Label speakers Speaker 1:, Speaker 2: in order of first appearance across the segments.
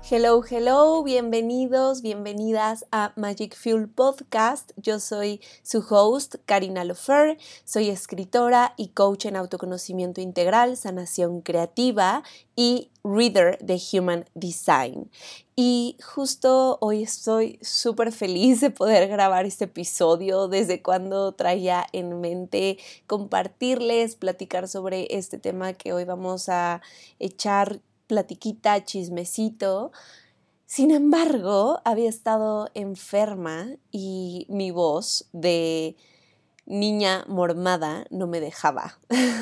Speaker 1: Hello, hello, bienvenidos, bienvenidas a Magic Fuel Podcast. Yo soy su host, Karina Lofer, soy escritora y coach en autoconocimiento integral, sanación creativa y reader de Human Design. Y justo hoy estoy súper feliz de poder grabar este episodio desde cuando traía en mente compartirles, platicar sobre este tema que hoy vamos a echar platiquita, chismecito. Sin embargo, había estado enferma y mi voz de niña mormada no me dejaba.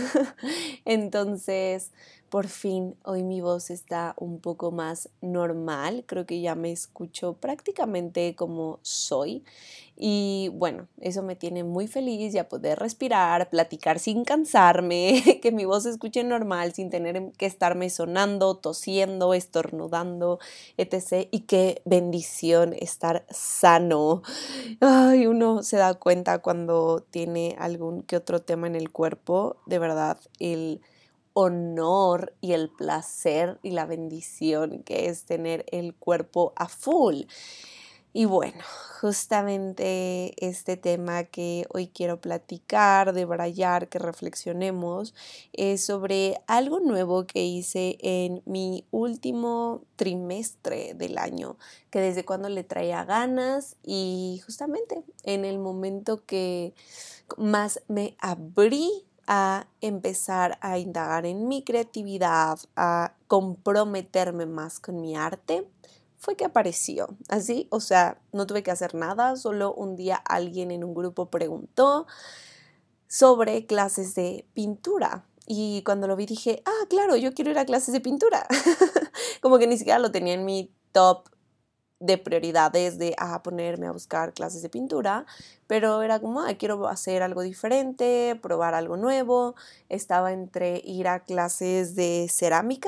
Speaker 1: Entonces, por fin, hoy mi voz está un poco más normal. Creo que ya me escucho prácticamente como soy. Y bueno, eso me tiene muy feliz ya poder respirar, platicar sin cansarme, que mi voz se escuche normal sin tener que estarme sonando, tosiendo, estornudando, etc. Y qué bendición estar sano. Ay, uno se da cuenta cuando tiene algún que otro tema en el cuerpo, de verdad, el honor y el placer y la bendición que es tener el cuerpo a full. Y bueno, justamente este tema que hoy quiero platicar, debrayar, que reflexionemos, es sobre algo nuevo que hice en mi último trimestre del año, que desde cuando le traía ganas y justamente en el momento que más me abrí a empezar a indagar en mi creatividad, a comprometerme más con mi arte, fue que apareció, así, o sea, no tuve que hacer nada, solo un día alguien en un grupo preguntó sobre clases de pintura y cuando lo vi dije, claro, yo quiero ir a clases de pintura, como que ni siquiera lo tenía en mi top de prioridades de ponerme a buscar clases de pintura, pero era como, quiero hacer algo diferente, probar algo nuevo. Estaba entre ir a clases de cerámica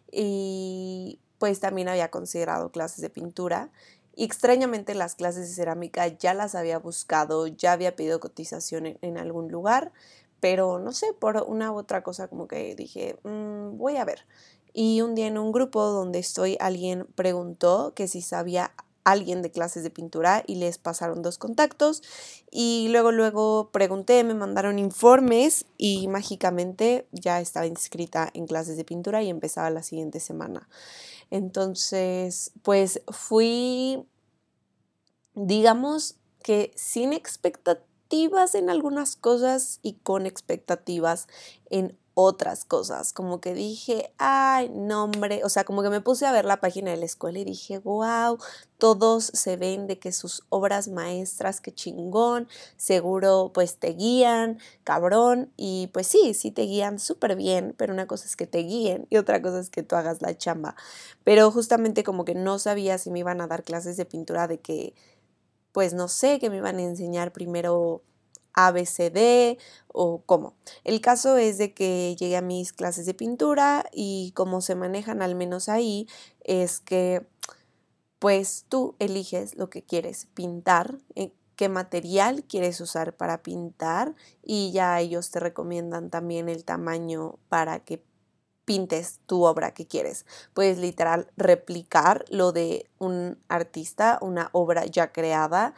Speaker 1: y pues también había considerado clases de pintura. Y extrañamente las clases de cerámica ya las había buscado, ya había pedido cotización en algún lugar, pero no sé, por una u otra cosa como que dije, voy a ver. Y un día en un grupo donde estoy, alguien preguntó que si sabía alguien de clases de pintura y les pasaron 2 contactos y luego pregunté, me mandaron informes y mágicamente ya estaba inscrita en clases de pintura y empezaba la siguiente semana. Entonces, pues fui, digamos que sin expectativas en algunas cosas y con expectativas en otras cosas, como que dije, ay, no hombre, o sea, como que me puse a ver la página de la escuela y dije, wow, todos se ven de que sus obras maestras, qué chingón, seguro pues te guían, cabrón, y pues sí te guían súper bien, pero una cosa es que te guíen y otra cosa es que tú hagas la chamba, pero justamente como que no sabía si me iban a dar clases de pintura de que pues no sé, que me iban a enseñar primero ABCD o cómo. El caso es de que llegué a mis clases de pintura y cómo se manejan al menos ahí es que pues tú eliges lo que quieres pintar, qué material quieres usar para pintar y ya ellos te recomiendan también el tamaño para que pintes tu obra que quieres. Puedes literal replicar lo de un artista, una obra ya creada,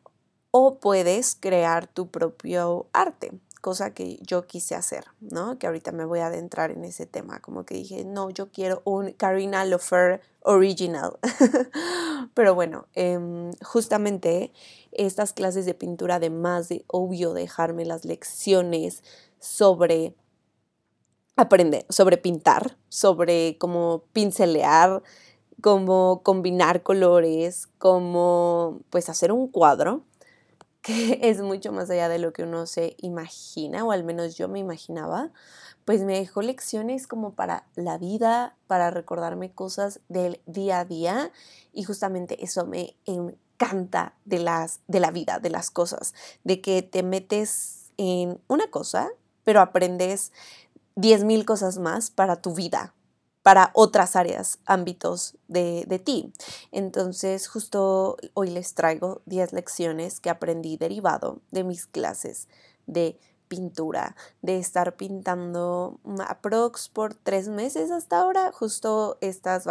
Speaker 1: o puedes crear tu propio arte, cosa que yo quise hacer, ¿no? Que ahorita me voy a adentrar en ese tema, como que dije, no, yo quiero un Karina Lofer original. Pero bueno, justamente estas clases de pintura, además de, obvio, dejarme las lecciones sobre aprender, sobre pintar, sobre cómo pincelear, cómo combinar colores, cómo pues hacer un cuadro, que es mucho más allá de lo que uno se imagina, o al menos yo me imaginaba, pues me dejó lecciones como para la vida, para recordarme cosas del día a día, y justamente eso me encanta de la vida, de las cosas, de que te metes en una cosa, pero aprendes 10,000 cosas más para tu vida, para otras áreas, ámbitos de ti. Entonces, justo hoy les traigo 10 lecciones que aprendí derivado de mis clases de pintura, de estar pintando aprox por 3 meses hasta ahora. Justo esta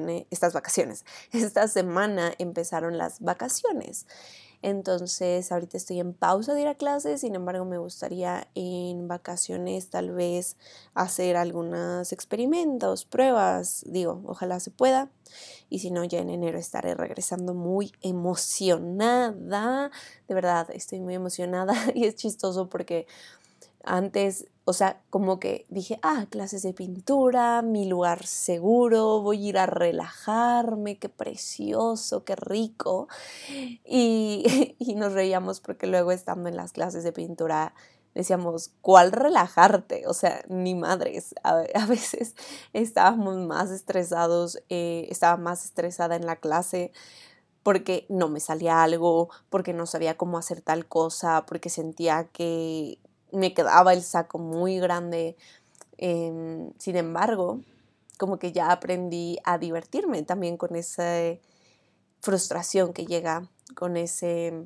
Speaker 1: semana empezaron las vacaciones. Entonces ahorita estoy en pausa de ir a clases, sin embargo me gustaría en vacaciones tal vez hacer algunos experimentos, pruebas, digo, ojalá se pueda. Y si no, ya en enero estaré regresando muy emocionada. De verdad, estoy muy emocionada y es chistoso porque antes, o sea, como que dije, clases de pintura, mi lugar seguro, voy a ir a relajarme, qué precioso, qué rico. Y nos reíamos porque luego estando en las clases de pintura decíamos, ¿cuál relajarte? O sea, ni madres. A veces estábamos más estresados, estaba más estresada en la clase porque no me salía algo, porque no sabía cómo hacer tal cosa, porque sentía que me quedaba el saco muy grande. Sin embargo, como que ya aprendí a divertirme también con esa frustración que llega, con ese,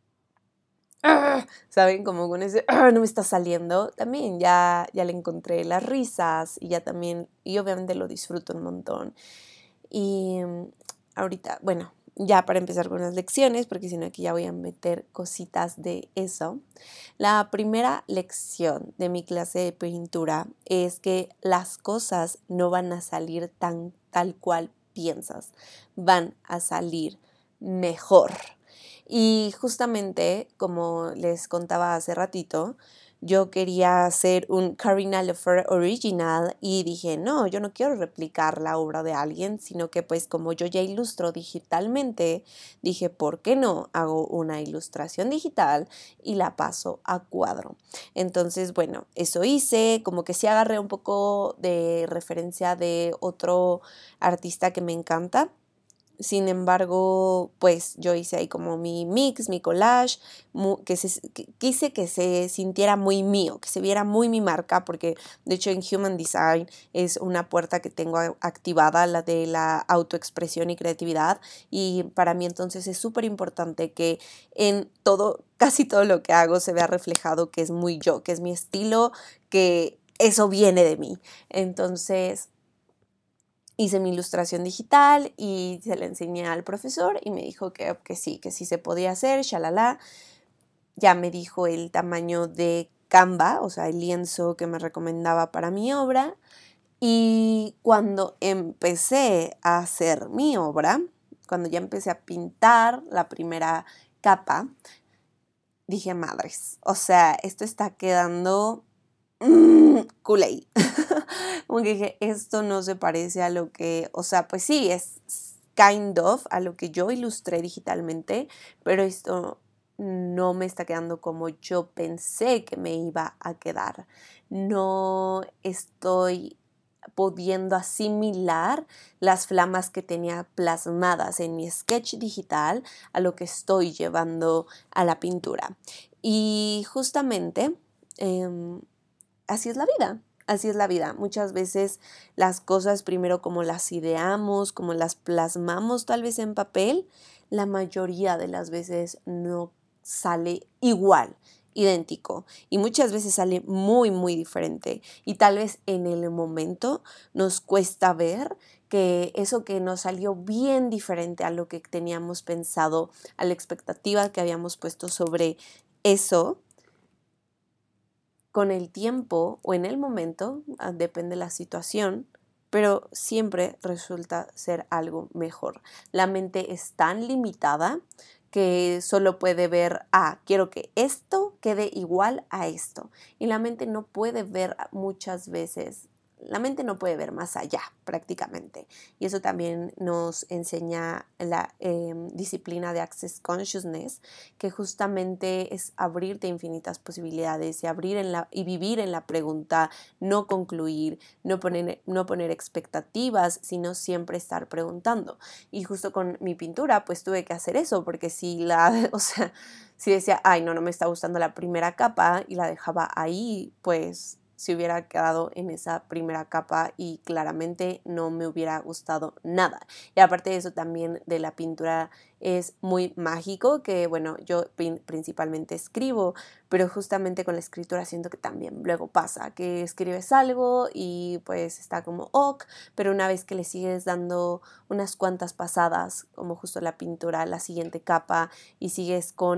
Speaker 1: ¿saben? Como con ese, no me está saliendo. También ya le encontré las risas y ya también, y obviamente lo disfruto un montón. Y ahorita, bueno, ya para empezar con las lecciones, porque si no aquí ya voy a meter cositas de eso. La primera lección de mi clase de pintura es que las cosas no van a salir tal cual piensas, van a salir mejor. Y justamente, como les contaba hace ratito, yo quería hacer un Karina Lefer original y dije, no, yo no quiero replicar la obra de alguien, sino que pues como yo ya ilustro digitalmente, dije, ¿por qué no hago una ilustración digital y la paso a cuadro? Entonces, bueno, eso hice, como que sí agarré un poco de referencia de otro artista que me encanta. Sin embargo, pues yo hice ahí como mi mix, mi collage, quise que se sintiera muy mío, que se viera muy mi marca, porque de hecho en Human Design es una puerta que tengo activada, la de la autoexpresión y creatividad, y para mí entonces es súper importante que en todo, casi todo lo que hago se vea reflejado que es muy yo, que es mi estilo, que eso viene de mí. Entonces hice mi ilustración digital y se la enseñé al profesor y me dijo que sí se podía hacer, shalala. Ya me dijo el tamaño de Canva, o sea, el lienzo que me recomendaba para mi obra. Y cuando empecé a hacer mi obra, cuando ya empecé a pintar la primera capa, dije, madres, o sea, esto está quedando Kool-Aid. Como que dije, esto no se parece a lo que, o sea, pues sí, es kind of a lo que yo ilustré digitalmente, pero esto no me está quedando como yo pensé que me iba a quedar. No estoy pudiendo asimilar las flamas que tenía plasmadas en mi sketch digital a lo que estoy llevando a la pintura. Y justamente así es la vida. Así es la vida. Muchas veces las cosas primero como las ideamos, como las plasmamos tal vez en papel, la mayoría de las veces no sale igual, idéntico. Y muchas veces sale muy, muy diferente. Y tal vez en el momento nos cuesta ver que eso que nos salió bien diferente a lo que teníamos pensado, a la expectativa que habíamos puesto sobre eso, con el tiempo o en el momento, depende de la situación, pero siempre resulta ser algo mejor. La mente es tan limitada que solo puede ver, quiero que esto quede igual a esto. Y la mente no puede ver muchas veces. La mente no puede ver más allá prácticamente. Y eso también nos enseña la disciplina de Access Consciousness, que justamente es abrirte a infinitas posibilidades y vivir en la pregunta, no concluir, no poner expectativas, sino siempre estar preguntando. Y justo con mi pintura, pues tuve que hacer eso, porque o sea, si decía, no me está gustando la primera capa y la dejaba ahí, pues se hubiera quedado en esa primera capa y claramente no me hubiera gustado nada. Y aparte de eso también de la pintura es muy mágico, que bueno, yo principalmente escribo, pero justamente con la escritura siento que también luego pasa, que escribes algo y pues está como ok, pero una vez que le sigues dando unas cuantas pasadas, como justo la pintura, la siguiente capa y sigues con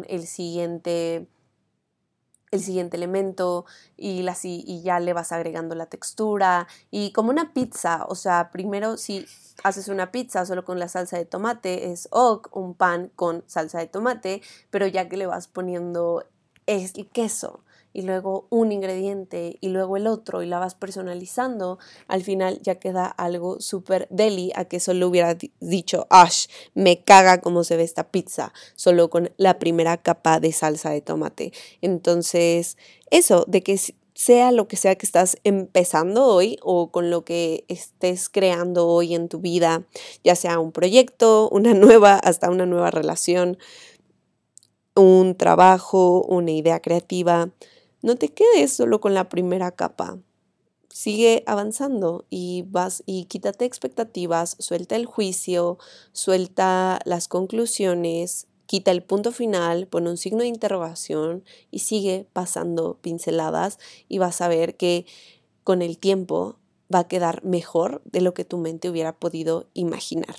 Speaker 1: el siguiente elemento y ya le vas agregando la textura y como una pizza, o sea, primero si haces una pizza solo con la salsa de tomate es ok, un pan con salsa de tomate, pero ya que le vas poniendo el queso y luego un ingrediente y luego el otro y la vas personalizando, al final ya queda algo súper deli a que solo hubiera dicho, Ash, me caga cómo se ve esta pizza, solo con la primera capa de salsa de tomate. Entonces, eso, de que sea lo que sea que estás empezando hoy o con lo que estés creando hoy en tu vida, ya sea un proyecto, hasta una nueva relación, un trabajo, una idea creativa, no te quedes solo con la primera capa. Sigue avanzando y vas y quítate expectativas, suelta el juicio, suelta las conclusiones, quita el punto final, pon un signo de interrogación y sigue pasando pinceladas y vas a ver que con el tiempo va a quedar mejor de lo que tu mente hubiera podido imaginar.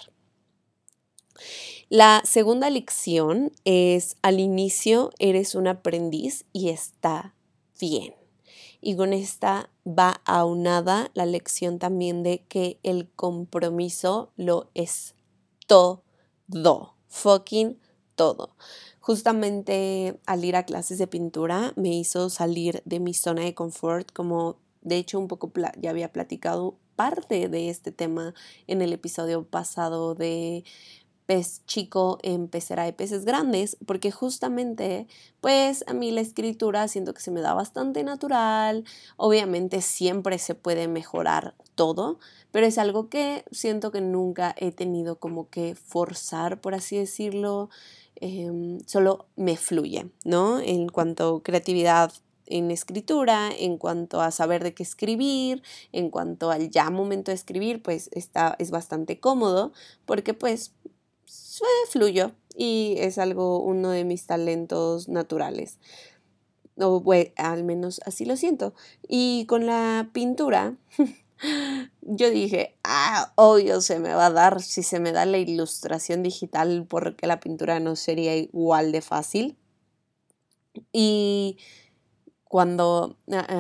Speaker 1: La segunda lección es: al inicio eres un aprendiz y está bien. Y con esta va aunada la lección también de que el compromiso lo es todo, fucking todo. Justamente al ir a clases de pintura me hizo salir de mi zona de confort, como de hecho un poco ya había platicado parte de este tema en el episodio pasado de pez chico en pecera de peces grandes, porque justamente pues a mí la escritura siento que se me da bastante natural. Obviamente siempre se puede mejorar todo, pero es algo que siento que nunca he tenido como que forzar, por así decirlo. Solo me fluye, ¿no? En cuanto a creatividad en escritura, en cuanto a saber de qué escribir, en cuanto al ya momento de escribir, pues es bastante cómodo, porque pues fluyo y es uno de mis talentos naturales. O bueno, al menos así lo siento. Y con la pintura, yo dije, obvio se me va a dar si se me da la ilustración digital, porque la pintura no sería igual de fácil. Y cuando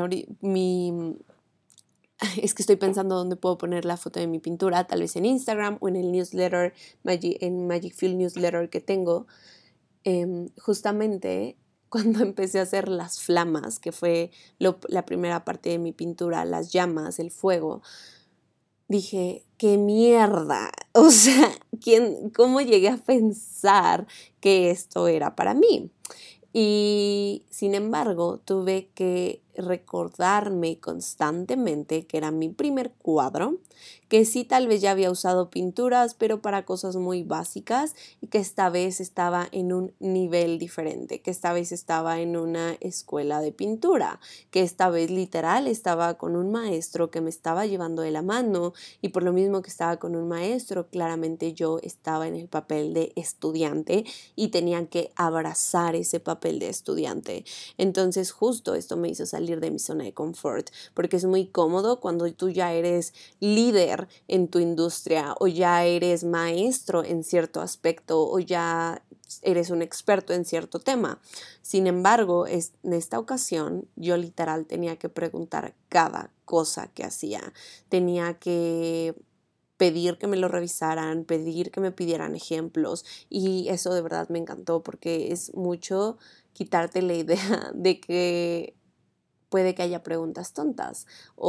Speaker 1: es que estoy pensando dónde puedo poner la foto de mi pintura, tal vez en Instagram o en el newsletter, en Magic Field Newsletter que tengo. Justamente cuando empecé a hacer las flamas, que fue la primera parte de mi pintura, las llamas, el fuego, dije, qué mierda, o sea, ¿cómo llegué a pensar que esto era para mí? Y sin embargo, tuve que recordarme constantemente que era mi primer cuadro, que sí tal vez ya había usado pinturas, pero para cosas muy básicas, y que esta vez estaba en un nivel diferente, que esta vez estaba en una escuela de pintura, que esta vez literal estaba con un maestro que me estaba llevando de la mano, y por lo mismo que estaba con un maestro, claramente yo estaba en el papel de estudiante y tenía que abrazar ese papel de estudiante. Entonces justo esto me hizo salir de mi zona de confort, porque es muy cómodo cuando tú ya eres líder en tu industria o ya eres maestro en cierto aspecto o ya eres un experto en cierto tema. Sin embargo, en esta ocasión yo literal tenía que preguntar cada cosa que hacía. Tenía que pedir que me lo revisaran, pedir que me pidieran ejemplos, y eso de verdad me encantó porque es mucho quitarte la idea de que puede que haya preguntas tontas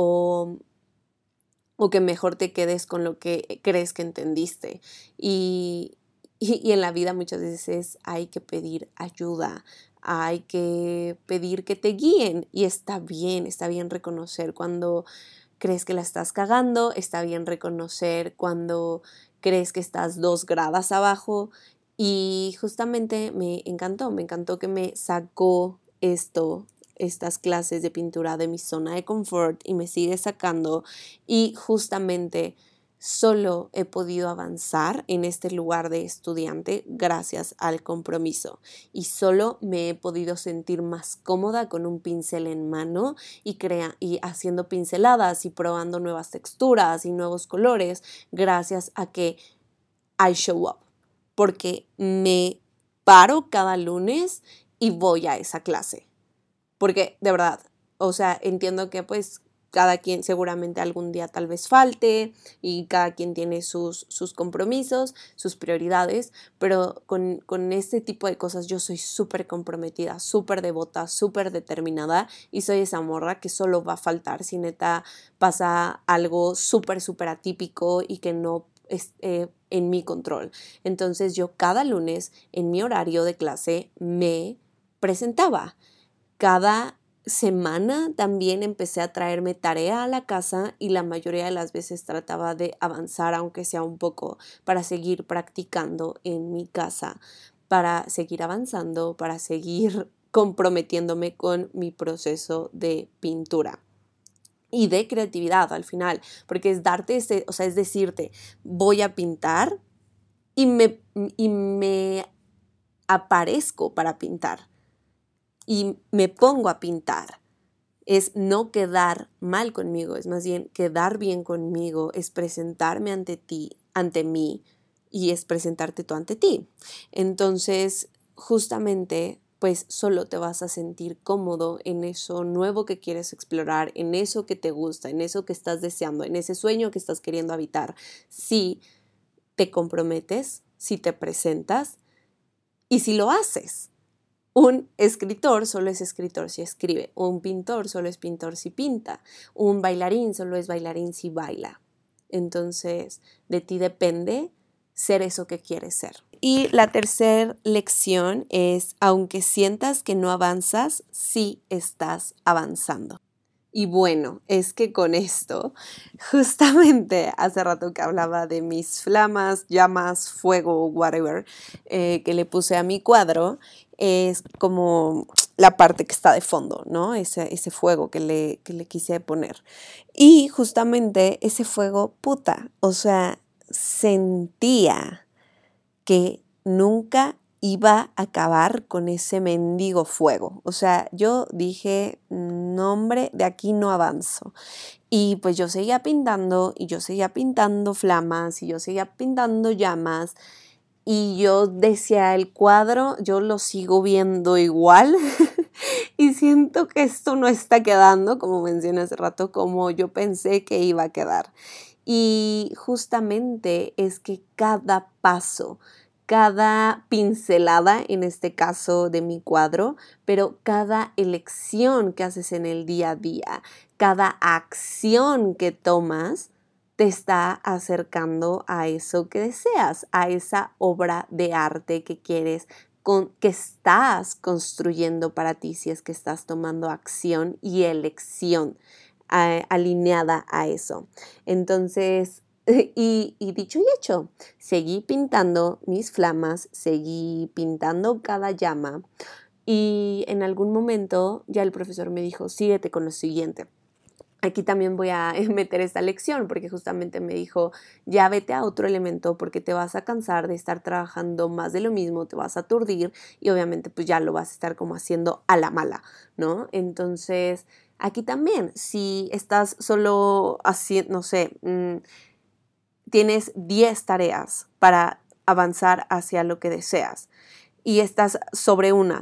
Speaker 1: o que mejor te quedes con lo que crees que entendiste. Y en la vida muchas veces hay que pedir ayuda, hay que pedir que te guíen, y está bien reconocer cuando crees que la estás cagando, está bien reconocer cuando crees que estás 2 gradas abajo. Y justamente me encantó que me sacó esto estas clases de pintura de mi zona de confort y me sigue sacando, y justamente solo he podido avanzar en este lugar de estudiante gracias al compromiso, y solo me he podido sentir más cómoda con un pincel en mano y haciendo pinceladas y probando nuevas texturas y nuevos colores gracias a que I show up, porque me paro cada lunes y voy a esa clase. Porque de verdad, o sea, entiendo que pues cada quien seguramente algún día tal vez falte y cada quien tiene sus compromisos, sus prioridades, pero con este tipo de cosas yo soy súper comprometida, súper devota, súper determinada, y soy esa morra que solo va a faltar si neta pasa algo súper, súper atípico y que no es en mi control. Entonces yo cada lunes en mi horario de clase me presentaba. Cada semana también empecé a traerme tarea a la casa y la mayoría de las veces trataba de avanzar, aunque sea un poco, para seguir practicando en mi casa, para seguir avanzando, para seguir comprometiéndome con mi proceso de pintura y de creatividad al final, porque es darte o sea, es decirte, voy a pintar y me aparezco para pintar y me pongo a pintar. Es no quedar mal conmigo, es más bien quedar bien conmigo, es presentarme ante ti, ante mí, y es presentarte tú ante ti. Entonces, justamente, pues solo te vas a sentir cómodo en eso nuevo que quieres explorar, en eso que te gusta, en eso que estás deseando, en ese sueño que estás queriendo habitar. Si te comprometes, si te presentas y si lo haces. Un escritor solo es escritor si escribe, un pintor solo es pintor si pinta, un bailarín solo es bailarín si baila. Entonces, de ti depende ser eso que quieres ser. Y la tercera lección es, aunque sientas que no avanzas, sí estás avanzando. Y bueno, es que con esto, justamente hace rato que hablaba de mis flamas, llamas, fuego, whatever, que le puse a mi cuadro, es como la parte que está de fondo, ¿no? Ese fuego que le quise poner. Y justamente ese fuego, puta, o sea, sentía que nunca iba a acabar con ese mendigo fuego. O sea, yo dije, no hombre, de aquí no avanzo. Y pues yo seguía pintando y yo seguía pintando flamas y yo seguía pintando llamas. Y yo decía, el cuadro, yo lo sigo viendo igual y siento que esto no está quedando, como mencioné hace rato, como yo pensé que iba a quedar. Y justamente es que cada paso, cada pincelada, en este caso de mi cuadro, pero cada elección que haces en el día a día, cada acción que tomas, te está acercando a eso que deseas, a esa obra de arte que quieres, que estás construyendo para ti, si es que estás tomando acción y elección alineada a eso. Entonces, y dicho y hecho, seguí pintando mis flamas, seguí pintando cada llama, y en algún momento ya el profesor me dijo, síguete con lo siguiente. Aquí también voy a meter esta lección porque justamente me dijo, ya vete a otro elemento porque te vas a cansar de estar trabajando más de lo mismo, te vas a aturdir y obviamente pues ya lo vas a estar como haciendo a la mala, ¿no? Entonces, aquí también, si estás solo haciendo, no sé, tienes 10 tareas para avanzar hacia lo que deseas y estás sobre una,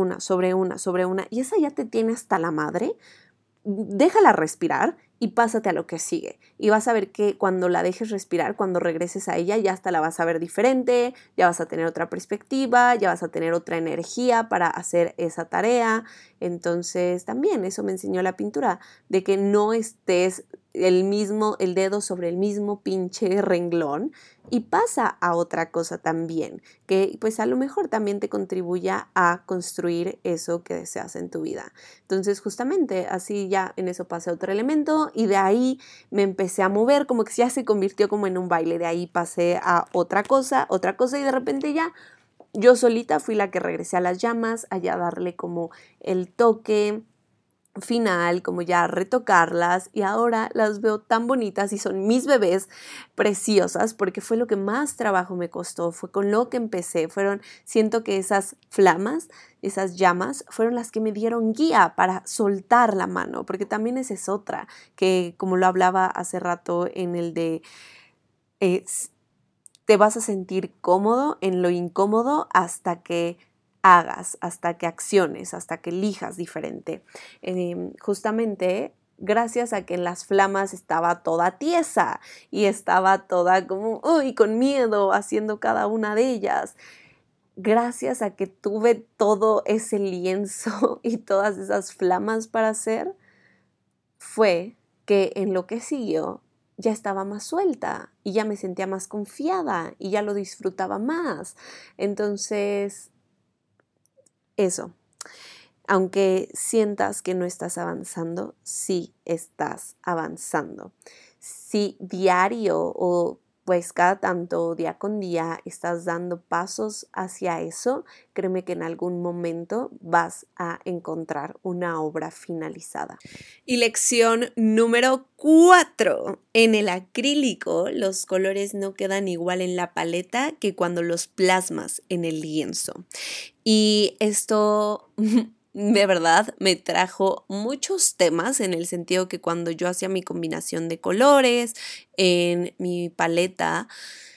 Speaker 1: y esa ya te tiene hasta la madre, déjala respirar y pásate a lo que sigue. Y vas a ver que cuando la dejes respirar, cuando regreses a ella, ya hasta la vas a ver diferente, ya vas a tener otra perspectiva, ya vas a tener otra energía para hacer esa tarea. Entonces, también eso me enseñó la pintura, de que no estés el dedo sobre el mismo pinche renglón y pasa a otra cosa también, que pues a lo mejor también te contribuya a construir eso que deseas en tu vida. Entonces justamente así ya en eso pasé a otro elemento y de ahí me empecé a mover, como que ya se convirtió como en un baile, de ahí pasé a otra cosa y de repente ya yo solita fui la que regresé a las llamas, allá a darle como el toque, final, como ya retocarlas, y ahora las veo tan bonitas y son mis bebés preciosas porque fue lo que más trabajo me costó, fue con lo que empecé, siento que esas flamas, esas llamas fueron las que me dieron guía para soltar la mano, porque también esa es otra, que como lo hablaba hace rato en el de eh, te vas a sentir cómodo en lo incómodo hasta que hagas, hasta que acciones, hasta que elijas diferente. Justamente gracias a que en las flamas estaba toda tiesa y estaba toda como, uy, con miedo haciendo cada una de ellas. Gracias a que tuve todo ese lienzo y todas esas flamas para hacer, fue que en lo que siguió ya estaba más suelta y ya me sentía más confiada y ya lo disfrutaba más. Entonces, eso, aunque sientas que no estás avanzando, sí estás avanzando. Si diario o pues cada tanto, día con día, estás dando pasos hacia eso, créeme que en algún momento vas a encontrar una obra finalizada. Y lección número 4. En el acrílico, los colores no quedan igual en la paleta que cuando los plasmas en el lienzo. Y esto de verdad me trajo muchos temas en el sentido que cuando yo hacía mi combinación de colores en mi paleta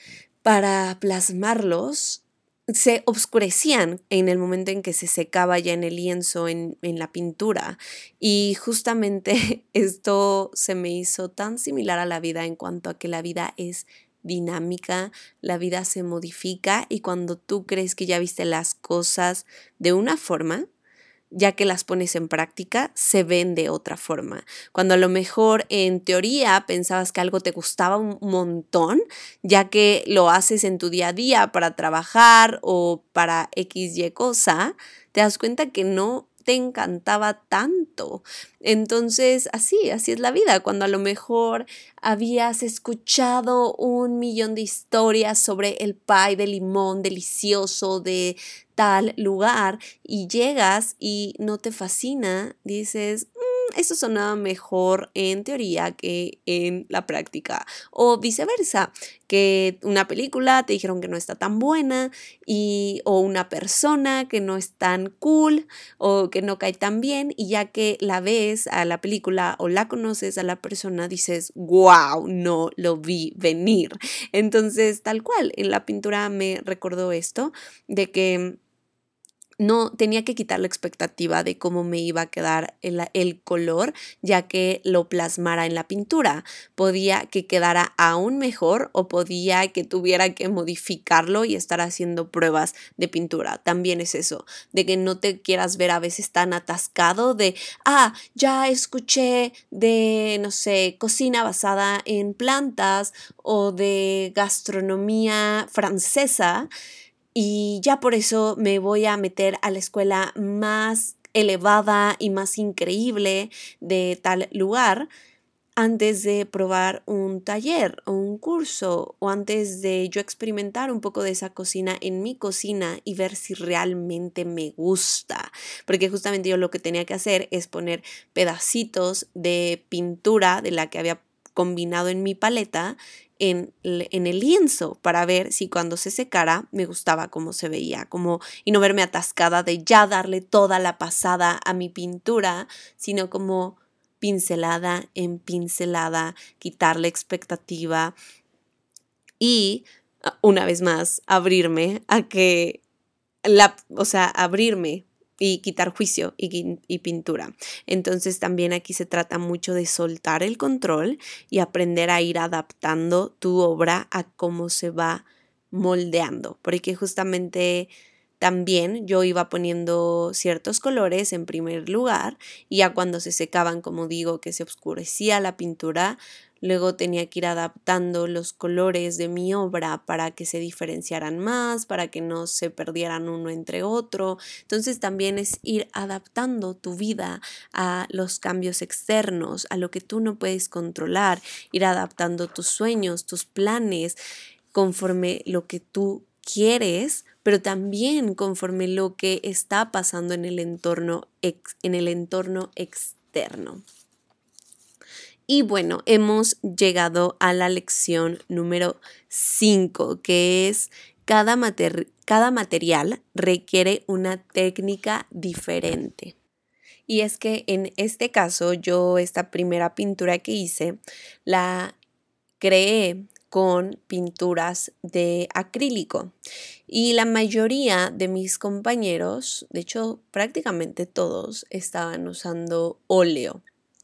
Speaker 1: para plasmarlos, se oscurecían en el momento en que se secaba ya en el lienzo, en la pintura. Y justamente esto se me hizo tan similar a la vida en cuanto a que la vida es dinámica, la vida se modifica y cuando tú crees que ya viste las cosas de una forma, ya que las pones en práctica, se ven de otra forma. Cuando a lo mejor en teoría pensabas que algo te gustaba un montón, ya que lo haces en tu día a día para trabajar o para X, Y cosa, te das cuenta que no te encantaba tanto. Entonces, así es la vida. Cuando a lo mejor habías escuchado 1,000,000 de historias sobre el pie de limón delicioso de tal lugar y llegas y no te fascina, dices, eso sonaba mejor en teoría que en la práctica. O viceversa, que una película te dijeron que no está tan buena o una persona que no es tan cool o que no cae tan bien y ya que la ves a la película o la conoces a la persona dices, wow, no lo vi venir. Entonces, tal cual, en la pintura me recordó esto de que no tenía que quitar la expectativa de cómo me iba a quedar el color, ya que lo plasmara en la pintura. Podía que quedara aún mejor o podía que tuviera que modificarlo y estar haciendo pruebas de pintura. También es eso, de que no te quieras ver a veces tan atascado de, ya escuché de, no sé, cocina basada en plantas o de gastronomía francesa. Y ya por eso me voy a meter a la escuela más elevada y más increíble de tal lugar antes de probar un taller o un curso o antes de yo experimentar un poco de esa cocina en mi cocina y ver si realmente me gusta. Porque justamente yo lo que tenía que hacer es poner pedacitos de pintura de la que había combinado en mi paleta en el lienzo para ver si cuando se secara me gustaba cómo se veía, y no verme atascada de ya darle toda la pasada a mi pintura, sino como pincelada en pincelada, quitarle expectativa y una vez más abrirme a que abrirme y quitar juicio y pintura. Entonces también aquí se trata mucho de soltar el control y aprender a ir adaptando tu obra a cómo se va moldeando, porque justamente también yo iba poniendo ciertos colores en primer lugar y ya cuando se secaban, como digo, que se oscurecía la pintura, luego tenía que ir adaptando los colores de mi obra para que se diferenciaran más, para que no se perdieran uno entre otro. Entonces también es ir adaptando tu vida a los cambios externos, a lo que tú no puedes controlar, ir adaptando tus sueños, tus planes, conforme lo que tú quieres, pero también conforme lo que está pasando en el entorno externo externo. Y bueno, hemos llegado a la lección número 5, que es cada material requiere una técnica diferente. Y es que en este caso, yo esta primera pintura que hice, la creé con pinturas de acrílico. Y la mayoría de mis compañeros, de hecho prácticamente todos, estaban usando óleo.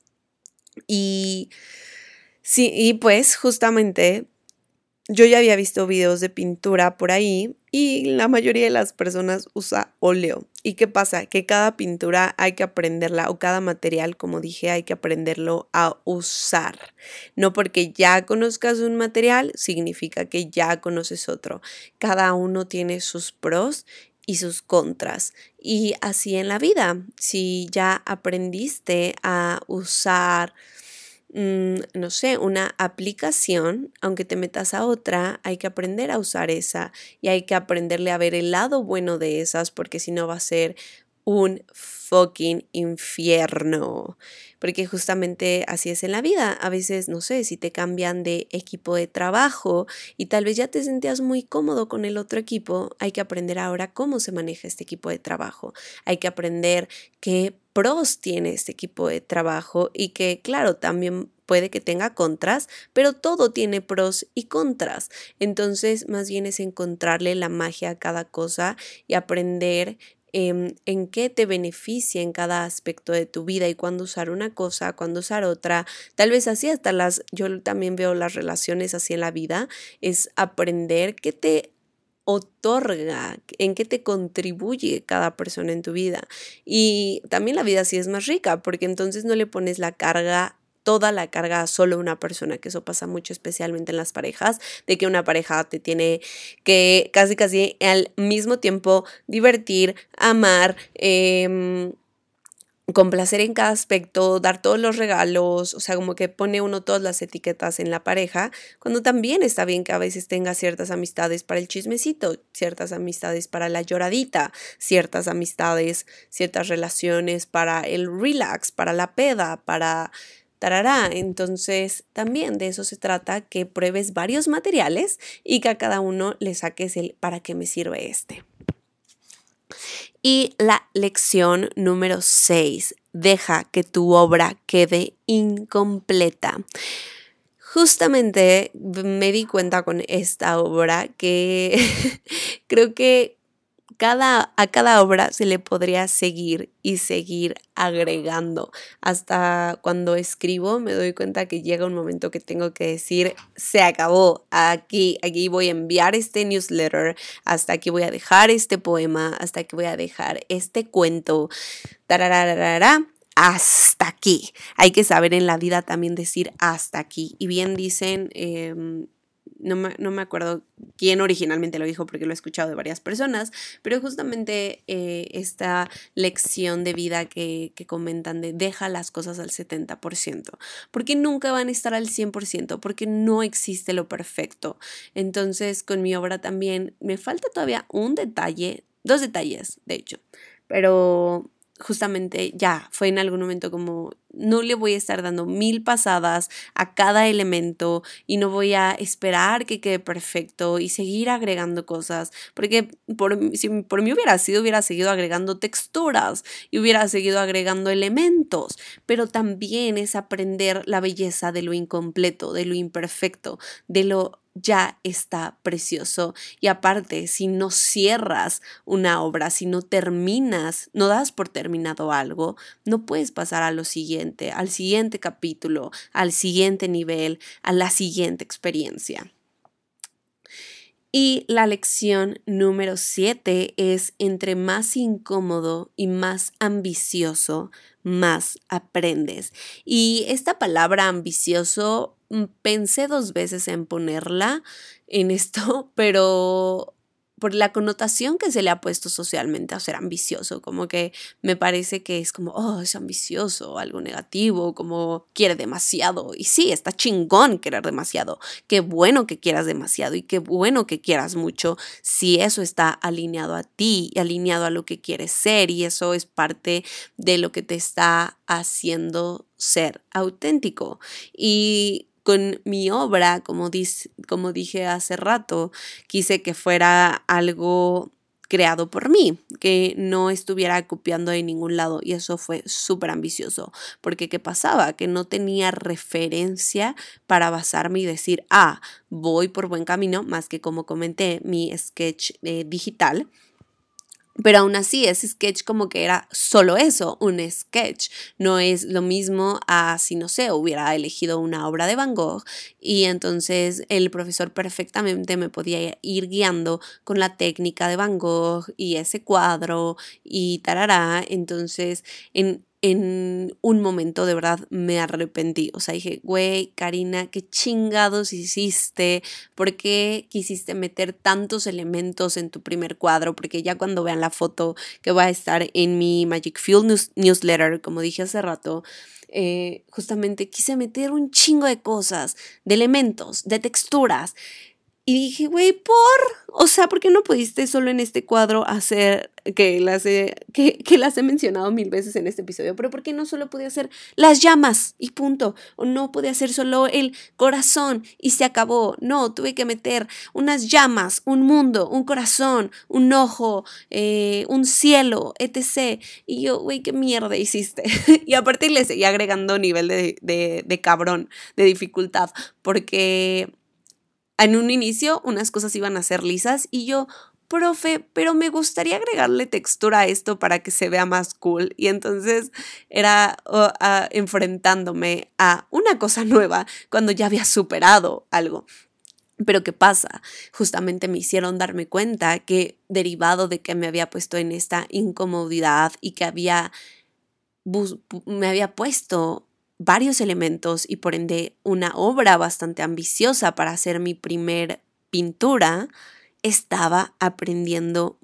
Speaker 1: Y sí, y pues justamente yo ya había visto videos de pintura por ahí y la mayoría de las personas usa óleo. ¿Y qué pasa? Que cada pintura hay que aprenderla, o cada material, como dije, hay que aprenderlo a usar. No porque ya conozcas un material significa que ya conoces otro. Cada uno tiene sus pros y sus contras. Y así en la vida, si ya aprendiste a usar no sé, una aplicación, aunque te metas a otra, hay que aprender a usar esa y hay que aprenderle a ver el lado bueno de esas, porque si no va a ser un fucking infierno. Porque justamente así es en la vida. A veces, no sé, si te cambian de equipo de trabajo y tal vez ya te sentías muy cómodo con el otro equipo, hay que aprender ahora cómo se maneja este equipo de trabajo. Hay que aprender qué pros tiene este equipo de trabajo y que, claro, también puede que tenga contras, pero todo tiene pros y contras. Entonces, más bien es encontrarle la magia a cada cosa y aprender en qué te beneficia en cada aspecto de tu vida y cuándo usar una cosa, cuándo usar otra. Tal vez así hasta yo también veo las relaciones así en la vida, es aprender qué te otorga, en qué te contribuye cada persona en tu vida. Y también la vida sí es más rica, porque entonces no le pones toda la carga a solo una persona, que eso pasa mucho especialmente en las parejas, de que una pareja te tiene que casi al mismo tiempo divertir, amar, complacer en cada aspecto, dar todos los regalos, o sea, como que pone uno todas las etiquetas en la pareja, cuando también está bien que a veces tenga ciertas amistades para el chismecito, ciertas amistades para la lloradita, ciertas amistades, ciertas relaciones para el relax, para la peda, para tarará. Entonces, también de eso se trata, que pruebes varios materiales y que a cada uno le saques el ¿para qué me sirve este? Y la lección número 6, deja que tu obra quede incompleta. Justamente me di cuenta con esta obra que creo que a cada obra se le podría seguir y seguir agregando. Hasta cuando escribo me doy cuenta que llega un momento que tengo que decir, se acabó, aquí voy a enviar este newsletter, hasta aquí voy a dejar este poema, hasta aquí voy a dejar este cuento, tarararara. Hasta aquí. Hay que saber en la vida también decir hasta aquí. Y bien dicen, no me acuerdo quién originalmente lo dijo porque lo he escuchado de varias personas, pero justamente esta lección de vida que comentan de deja las cosas al 70%, porque nunca van a estar al 100%, porque no existe lo perfecto. Entonces con mi obra también me falta todavía dos detalles de hecho, pero justamente ya fue en algún momento como no le voy a estar dando 1000 pasadas a cada elemento y no voy a esperar que quede perfecto y seguir agregando cosas, porque si por mí hubiera seguido agregando texturas y hubiera seguido agregando elementos, pero también es aprender la belleza de lo incompleto, de lo imperfecto, de lo ya está precioso. Y aparte, si no cierras una obra, si no terminas, no das por terminado algo, no puedes pasar a lo siguiente, al siguiente capítulo, al siguiente nivel, a la siguiente experiencia. Y la lección número 7 es: entre más incómodo y más ambicioso, más aprendes. Y esta palabra ambicioso, pensé 2 veces en ponerla en esto, pero por la connotación que se le ha puesto socialmente a ser ambicioso, como que me parece que es como, oh, es ambicioso, algo negativo, como quiere demasiado. Y sí, está chingón querer demasiado, qué bueno que quieras demasiado y qué bueno que quieras mucho si eso está alineado a ti y alineado a lo que quieres ser, y eso es parte de lo que te está haciendo ser auténtico. Y con mi obra, como dije hace rato, quise que fuera algo creado por mí, que no estuviera copiando de ningún lado, y eso fue súper ambicioso, porque ¿qué pasaba? Que no tenía referencia para basarme y decir, voy por buen camino, más que como comenté, mi sketch digital. Pero aún así, ese sketch como que era solo eso, un sketch. No es lo mismo a si, no sé, hubiera elegido una obra de Van Gogh y entonces el profesor perfectamente me podía ir guiando con la técnica de Van Gogh y ese cuadro y tarará. Entonces, en un momento de verdad me arrepentí. O sea, dije, güey, Karina, ¿qué chingados hiciste? ¿Por qué quisiste meter tantos elementos en tu primer cuadro? Porque ya cuando vean la foto que va a estar en mi Magic Fuel newsletter, como dije hace rato, justamente quise meter un chingo de cosas, de elementos, de texturas. Y dije, güey, o sea, ¿por qué no pudiste solo en este cuadro hacer, que las he mencionado 1000 veces en este episodio, pero por qué no solo pude hacer las llamas y punto? O no pude hacer solo el corazón y se acabó. No, tuve que meter unas llamas, un mundo, un corazón, un ojo, un cielo, etc. Y yo, güey, ¿qué mierda hiciste? Y aparte le seguí agregando nivel de cabrón, de dificultad, porque en un inicio unas cosas iban a ser lisas y yo, profe, pero me gustaría agregarle textura a esto para que se vea más cool. Y entonces era enfrentándome a una cosa nueva cuando ya había superado algo. Pero ¿qué pasa? Justamente me hicieron darme cuenta que, derivado de que me había puesto en esta incomodidad y que me había puesto varios elementos y por ende una obra bastante ambiciosa para hacer mi primer pintura, estaba aprendiendo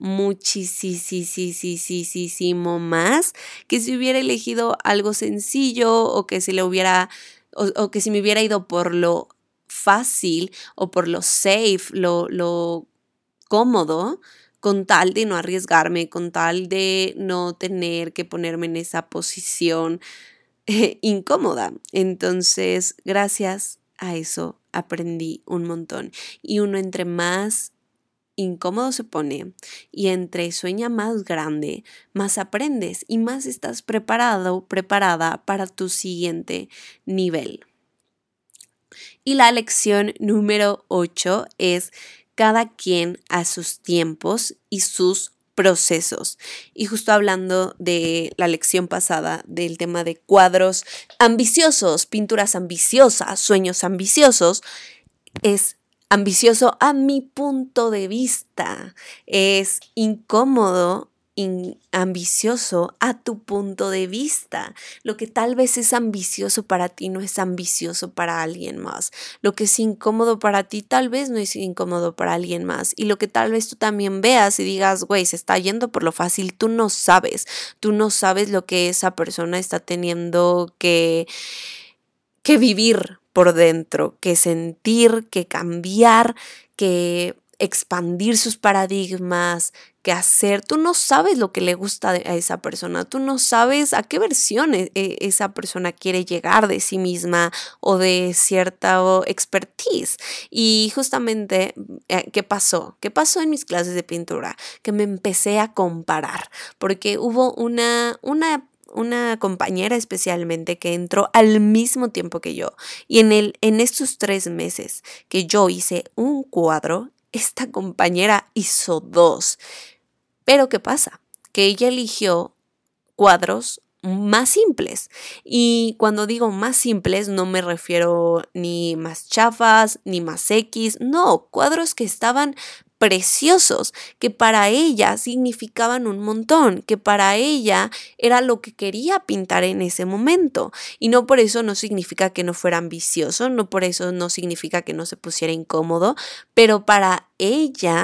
Speaker 1: muchísimo más que si hubiera elegido algo sencillo o que si o que si me hubiera ido por lo fácil o por lo safe, lo cómodo, con tal de no arriesgarme, con tal de no tener que ponerme en esa posición incómoda. Entonces, gracias a eso aprendí un montón. Y uno entre más incómodo se pone y entre sueña más grande, más aprendes y más estás preparada para tu siguiente nivel. Y la lección número 8 es: cada quien a sus tiempos y sus procesos. Y justo hablando de la lección pasada del tema de cuadros ambiciosos, pinturas ambiciosas, sueños ambiciosos, es ambicioso a mi punto de vista. Es incómodo, ambicioso a tu punto de vista. Lo que tal vez es ambicioso para ti no es ambicioso para alguien más. Lo que es incómodo para ti tal vez no es incómodo para alguien más. Y lo que tal vez tú también veas y digas, güey, se está yendo por lo fácil, tú no sabes. Tú no sabes lo que esa persona está teniendo que vivir por dentro, que sentir, que cambiar, que expandir sus paradigmas, que hacer. Tú no sabes lo que le gusta a esa persona, tú no sabes a qué versión esa persona quiere llegar de sí misma o de cierta expertise. Y justamente, ¿qué pasó? ¿Qué pasó en mis clases de pintura? Que me empecé a comparar, porque hubo una compañera especialmente que entró al mismo tiempo que yo, y en estos 3 meses que yo hice un cuadro, esta compañera hizo 2. Pero ¿qué pasa? Que ella eligió cuadros más simples, y cuando digo más simples no me refiero ni más chafas ni más X, no, cuadros que estaban preciosos, que para ella significaban un montón, que para ella era lo que quería pintar en ese momento. Y no por eso no significa que no fuera ambicioso, no por eso no significa que no se pusiera incómodo, pero para ella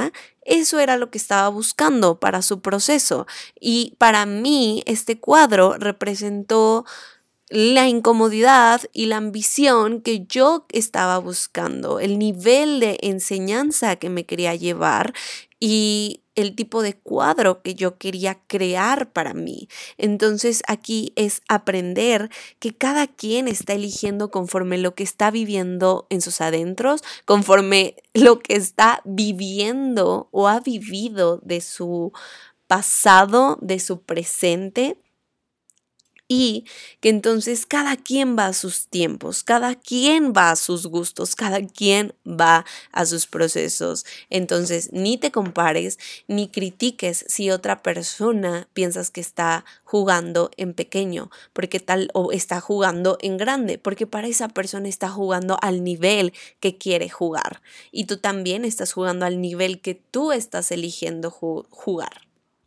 Speaker 1: eso era lo que estaba buscando para su proceso. Y para mí este cuadro representó la incomodidad y la ambición que yo estaba buscando, el nivel de enseñanza que me quería llevar y el tipo de cuadro que yo quería crear para mí. Entonces aquí es aprender que cada quien está eligiendo conforme lo que está viviendo en sus adentros, conforme lo que está viviendo o ha vivido de su pasado, de su presente. Y que entonces cada quien va a sus tiempos, cada quien va a sus gustos, cada quien va a sus procesos. Entonces, ni te compares, ni critiques si otra persona piensas que está jugando en pequeño, porque tal o está jugando en grande, porque para esa persona está jugando al nivel que quiere jugar. Y tú también estás jugando al nivel que tú estás eligiendo jugar.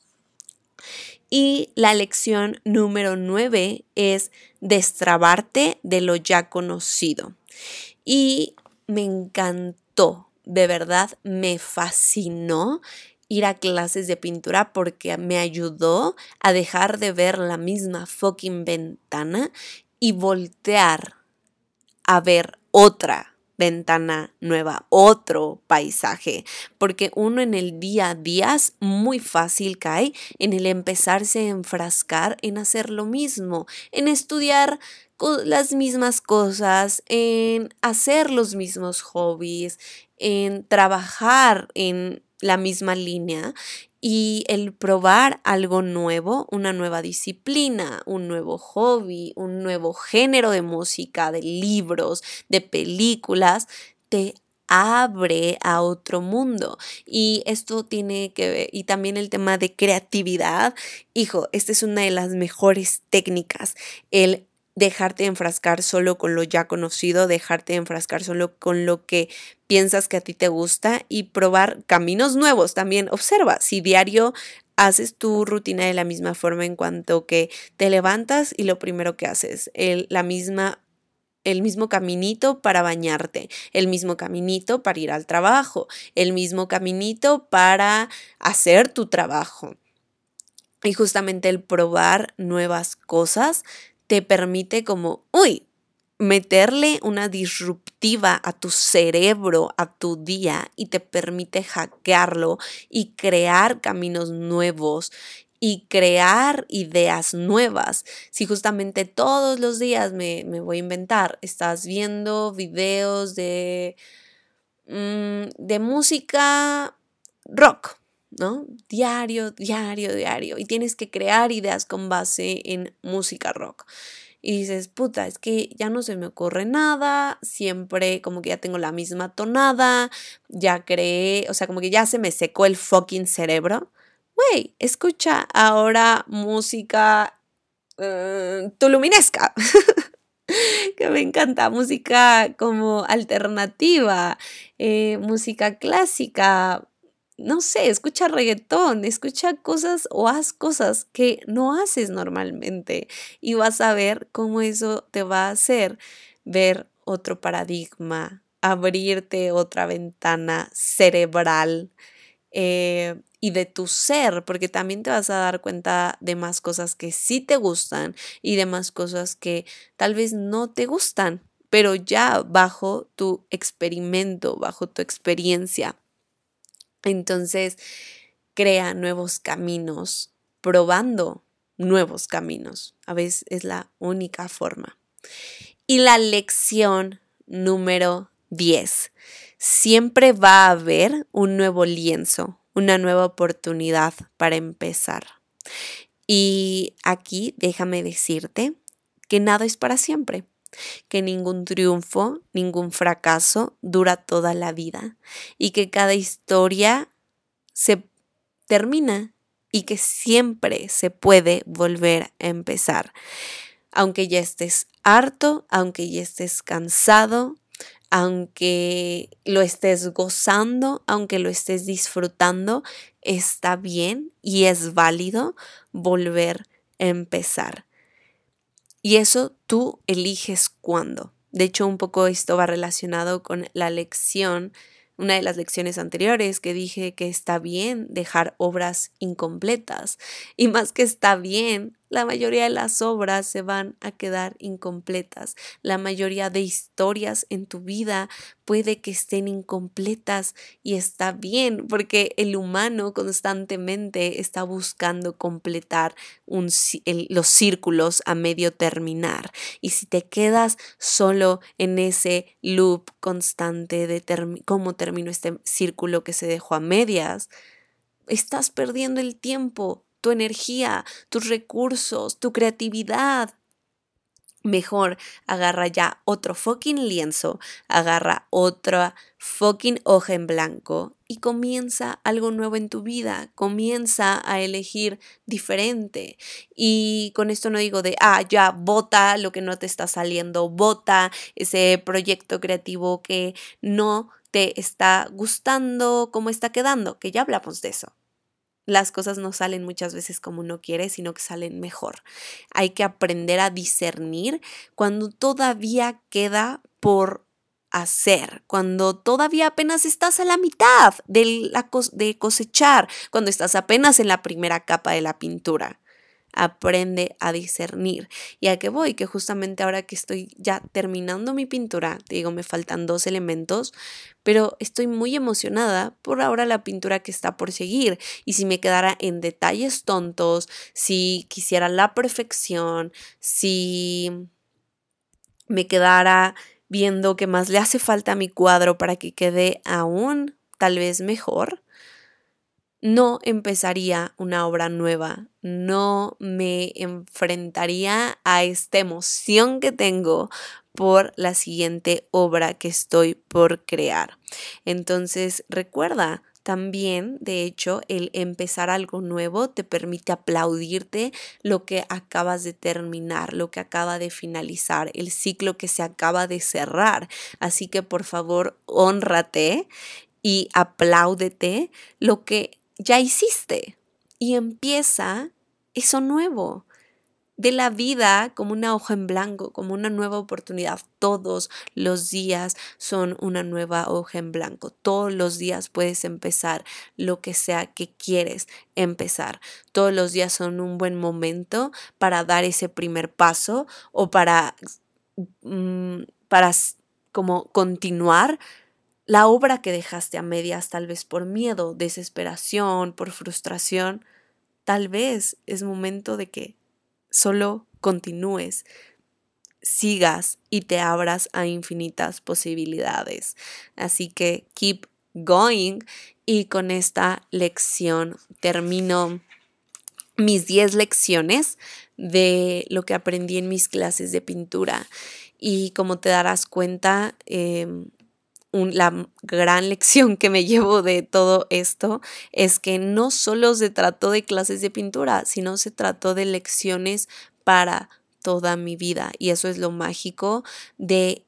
Speaker 1: Y la lección número 9 es destrabarte de lo ya conocido. Y me encantó, de verdad, me fascinó ir a clases de pintura porque me ayudó a dejar de ver la misma fucking ventana y voltear a ver otra ventana nueva, otro paisaje, porque uno en el día a día es muy fácil cae en el empezarse a enfrascar en hacer lo mismo, en estudiar las mismas cosas, en hacer los mismos hobbies, en trabajar en la misma línea. Y el probar algo nuevo, una nueva disciplina, un nuevo hobby, un nuevo género de música, de libros, de películas, te abre a otro mundo. Y esto tiene que ver, y también el tema de creatividad. Hijo, esta es una de las mejores técnicas, el dejarte enfrascar solo con lo ya conocido, dejarte enfrascar solo con lo que piensas que a ti te gusta y probar caminos nuevos. También observa si diario haces tu rutina de la misma forma en cuanto que te levantas y lo primero que haces, el mismo caminito para bañarte, el mismo caminito para ir al trabajo, el mismo caminito para hacer tu trabajo. Y justamente el probar nuevas cosas te permite como, meterle una disruptiva a tu cerebro, a tu día y te permite hackearlo y crear caminos nuevos y crear ideas nuevas. Si justamente todos los días me voy a inventar, estás viendo videos de música rock, ¿no? Diario, diario, diario. Y tienes que crear ideas con base en música rock. Y dices, puta, es que ya no se me ocurre nada, siempre como que ya tengo la misma tonada, ya creé, o sea, como que ya se me secó el fucking cerebro. Güey, escucha ahora música tuluminesca, que me encanta, música como alternativa, música clásica, no sé, escucha reggaetón, escucha cosas o haz cosas que no haces normalmente y vas a ver cómo eso te va a hacer ver otro paradigma, abrirte otra ventana cerebral y de tu ser, porque también te vas a dar cuenta de más cosas que sí te gustan y de más cosas que tal vez no te gustan, pero ya bajo tu experimento, bajo tu experiencia. Entonces, crea nuevos caminos, probando nuevos caminos. A veces es la única forma. Y la lección número 10. Siempre va a haber un nuevo lienzo, una nueva oportunidad para empezar. Y aquí déjame decirte que nada es para siempre, que ningún triunfo, ningún fracaso dura toda la vida y que cada historia se termina y que siempre se puede volver a empezar. Aunque ya estés harto, aunque ya estés cansado, aunque lo estés gozando, aunque lo estés disfrutando, está bien y es válido volver a empezar. Y eso tú eliges cuándo. De hecho, un poco esto va relacionado con la lección, una de las lecciones anteriores que dije que está bien dejar obras incompletas. Y más que está bien, la mayoría de las obras se van a quedar incompletas. La mayoría de historias en tu vida puede que estén incompletas y está bien, porque el humano constantemente está buscando completar los círculos a medio terminar. Y si te quedas solo en ese loop constante de cómo terminó este círculo que se dejó a medias, estás perdiendo el tiempo, tu energía, tus recursos, tu creatividad. Mejor agarra ya otro fucking lienzo, agarra otra fucking hoja en blanco y comienza algo nuevo en tu vida, comienza a elegir diferente. Y con esto no digo de, ya, bota lo que no te está saliendo, bota ese proyecto creativo que no te está gustando, cómo está quedando, que ya hablamos de eso. Las cosas no salen muchas veces como uno quiere, sino que salen mejor. Hay que aprender a discernir cuando todavía queda por hacer, cuando todavía apenas estás a la mitad de cosechar, cuando estás apenas en la primera capa de la pintura. Aprende a discernir. ¿Y a qué voy? Que justamente ahora que estoy ya terminando mi pintura, te digo, me faltan 2 elementos, pero estoy muy emocionada por ahora la pintura que está por seguir. Y si me quedara en detalles tontos, si quisiera la perfección, si me quedara viendo qué más le hace falta a mi cuadro para que quede aún tal vez mejor, no empezaría una obra nueva, no me enfrentaría a esta emoción que tengo por la siguiente obra que estoy por crear. Entonces, recuerda, también, de hecho, el empezar algo nuevo te permite aplaudirte lo que acabas de terminar, lo que acaba de finalizar, el ciclo que se acaba de cerrar. Así que, por favor, hónrate y apláudete lo que ya hiciste y empieza eso nuevo de la vida como una hoja en blanco, como una nueva oportunidad. Todos los días son una nueva hoja en blanco. Todos los días puedes empezar lo que sea que quieres empezar. Todos los días son un buen momento para dar ese primer paso o para como continuar la obra que dejaste a medias, tal vez por miedo, desesperación, por frustración. Tal vez es momento de que solo continúes, sigas y te abras a infinitas posibilidades. Así que keep going, y con esta lección termino mis 10 lecciones de lo que aprendí en mis clases de pintura. Y como te darás cuenta, la gran lección que me llevo de todo esto es que no solo se trató de clases de pintura, sino se trató de lecciones para toda mi vida. Y eso es lo mágico de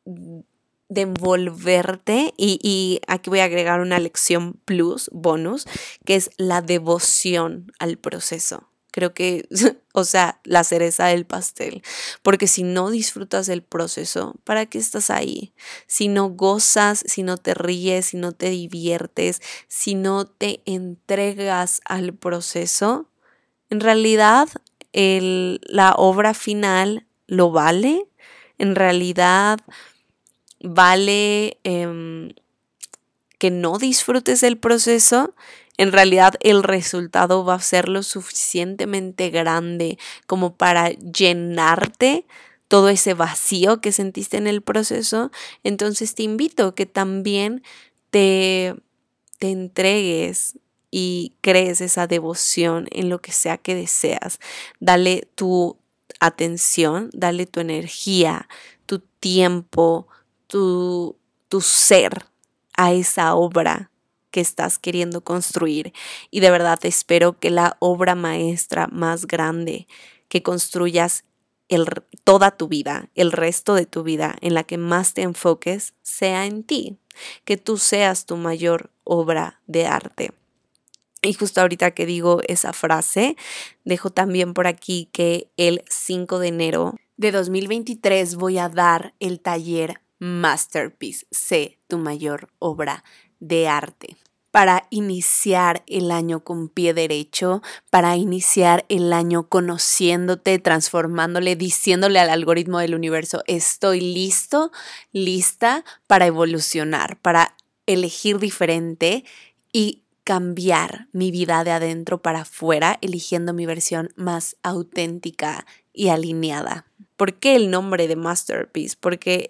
Speaker 1: envolverte. Y aquí voy a agregar una lección bonus, que es la devoción al proceso. Creo que, o sea, la cereza del pastel, porque si no disfrutas del proceso, ¿para qué estás ahí? Si no gozas, si no te ríes, si no te diviertes, si no te entregas al proceso, en realidad la obra final lo vale. En realidad vale que no disfrutes del proceso. En realidad el resultado va a ser lo suficientemente grande como para llenarte todo ese vacío que sentiste en el proceso. Entonces te invito a que también te entregues y crees esa devoción en lo que sea que deseas. Dale tu atención, dale tu energía, tu tiempo, tu ser a esa obra que estás queriendo construir. Y de verdad espero que la obra maestra más grande que construyas toda tu vida, el resto de tu vida, en la que más te enfoques, sea en ti, que tú seas tu mayor obra de arte. Y justo ahorita que digo esa frase, dejo también por aquí que el 5 de enero de 2023 voy a dar el taller
Speaker 2: masterpiece, sé tu mayor obra de arte. Para iniciar el año con pie derecho, para iniciar el año conociéndote, transformándole, diciéndole al algoritmo del universo, estoy listo, lista para evolucionar, para elegir diferente y cambiar mi vida de adentro para afuera, eligiendo mi versión más auténtica y alineada. ¿Por qué el nombre de Masterpiece? Porque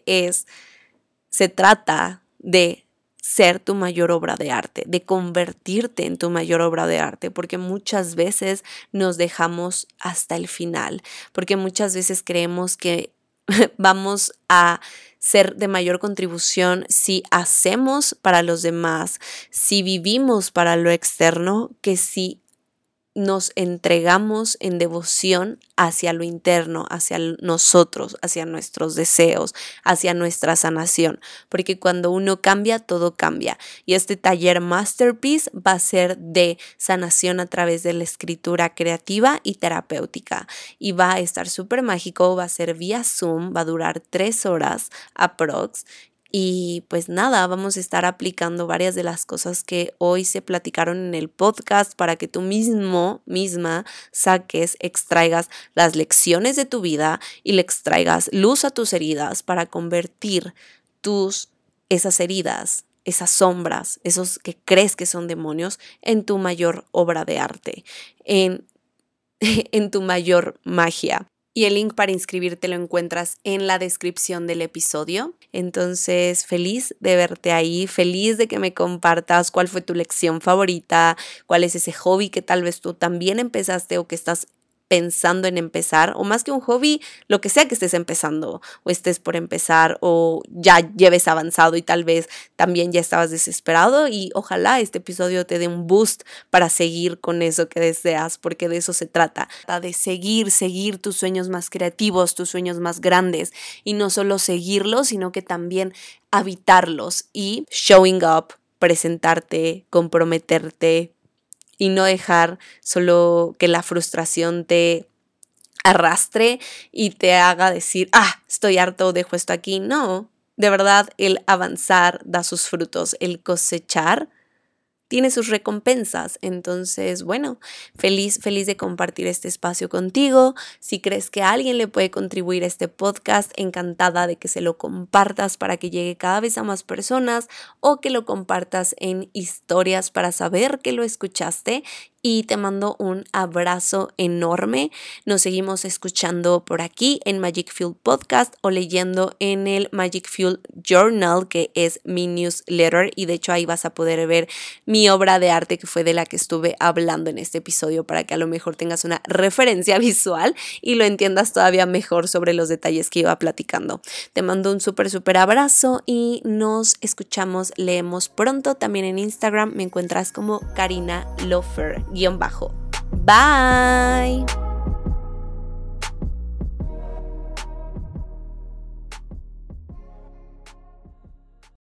Speaker 2: se trata de ser tu mayor obra de arte, de convertirte en tu mayor obra de arte, porque muchas veces nos dejamos hasta el final, porque muchas veces creemos que vamos a ser de mayor contribución si hacemos para los demás, si vivimos para lo externo, que si nos entregamos en devoción hacia lo interno, hacia nosotros, hacia nuestros deseos, hacia nuestra sanación, porque cuando uno cambia, todo cambia. Y este taller Masterpiece va a ser de sanación a través de la escritura creativa y terapéutica, y va a estar súper mágico, va a ser vía Zoom, va a durar 3 horas aprox. Y pues nada, vamos a estar aplicando varias de las cosas que hoy se platicaron en el podcast para que tú misma saques, extraigas las lecciones de tu vida y le extraigas luz a tus heridas para convertir esas heridas, esas sombras, esos que crees que son demonios, en tu mayor obra de arte, en tu mayor magia. Y el link para inscribirte lo encuentras en la descripción del episodio. Entonces, feliz de verte ahí, feliz de que me compartas cuál fue tu lección favorita, cuál es ese hobby que tal vez tú también empezaste o que estás pensando en empezar, o más que un hobby, lo que sea que estés empezando o estés por empezar o ya lleves avanzado y tal vez también ya estabas desesperado, y ojalá este episodio te dé un boost para seguir con eso que deseas, porque de eso se trata, de seguir tus sueños más creativos, tus sueños más grandes, y no solo seguirlos, sino que también habitarlos y showing up, presentarte, comprometerte, y no dejar solo que la frustración te arrastre y te haga decir, estoy harto, dejo esto aquí. No, de verdad, el avanzar da sus frutos, el cosechar tiene sus recompensas. Entonces, bueno, feliz de compartir este espacio contigo. Si crees que a alguien le puede contribuir a este podcast, encantada de que se lo compartas para que llegue cada vez a más personas, o que lo compartas en historias para saber que lo escuchaste. Y te mando un abrazo enorme. Nos seguimos escuchando por aquí en Magic Fuel Podcast o leyendo en el Magic Fuel Journal, que es mi newsletter, y de hecho ahí vas a poder ver mi obra de arte, que fue de la que estuve hablando en este episodio, para que a lo mejor tengas una referencia visual y lo entiendas todavía mejor sobre los detalles que iba platicando. Te mando un súper abrazo y nos escuchamos, leemos pronto. También en Instagram me encuentras como Karina Lofer _. Bye.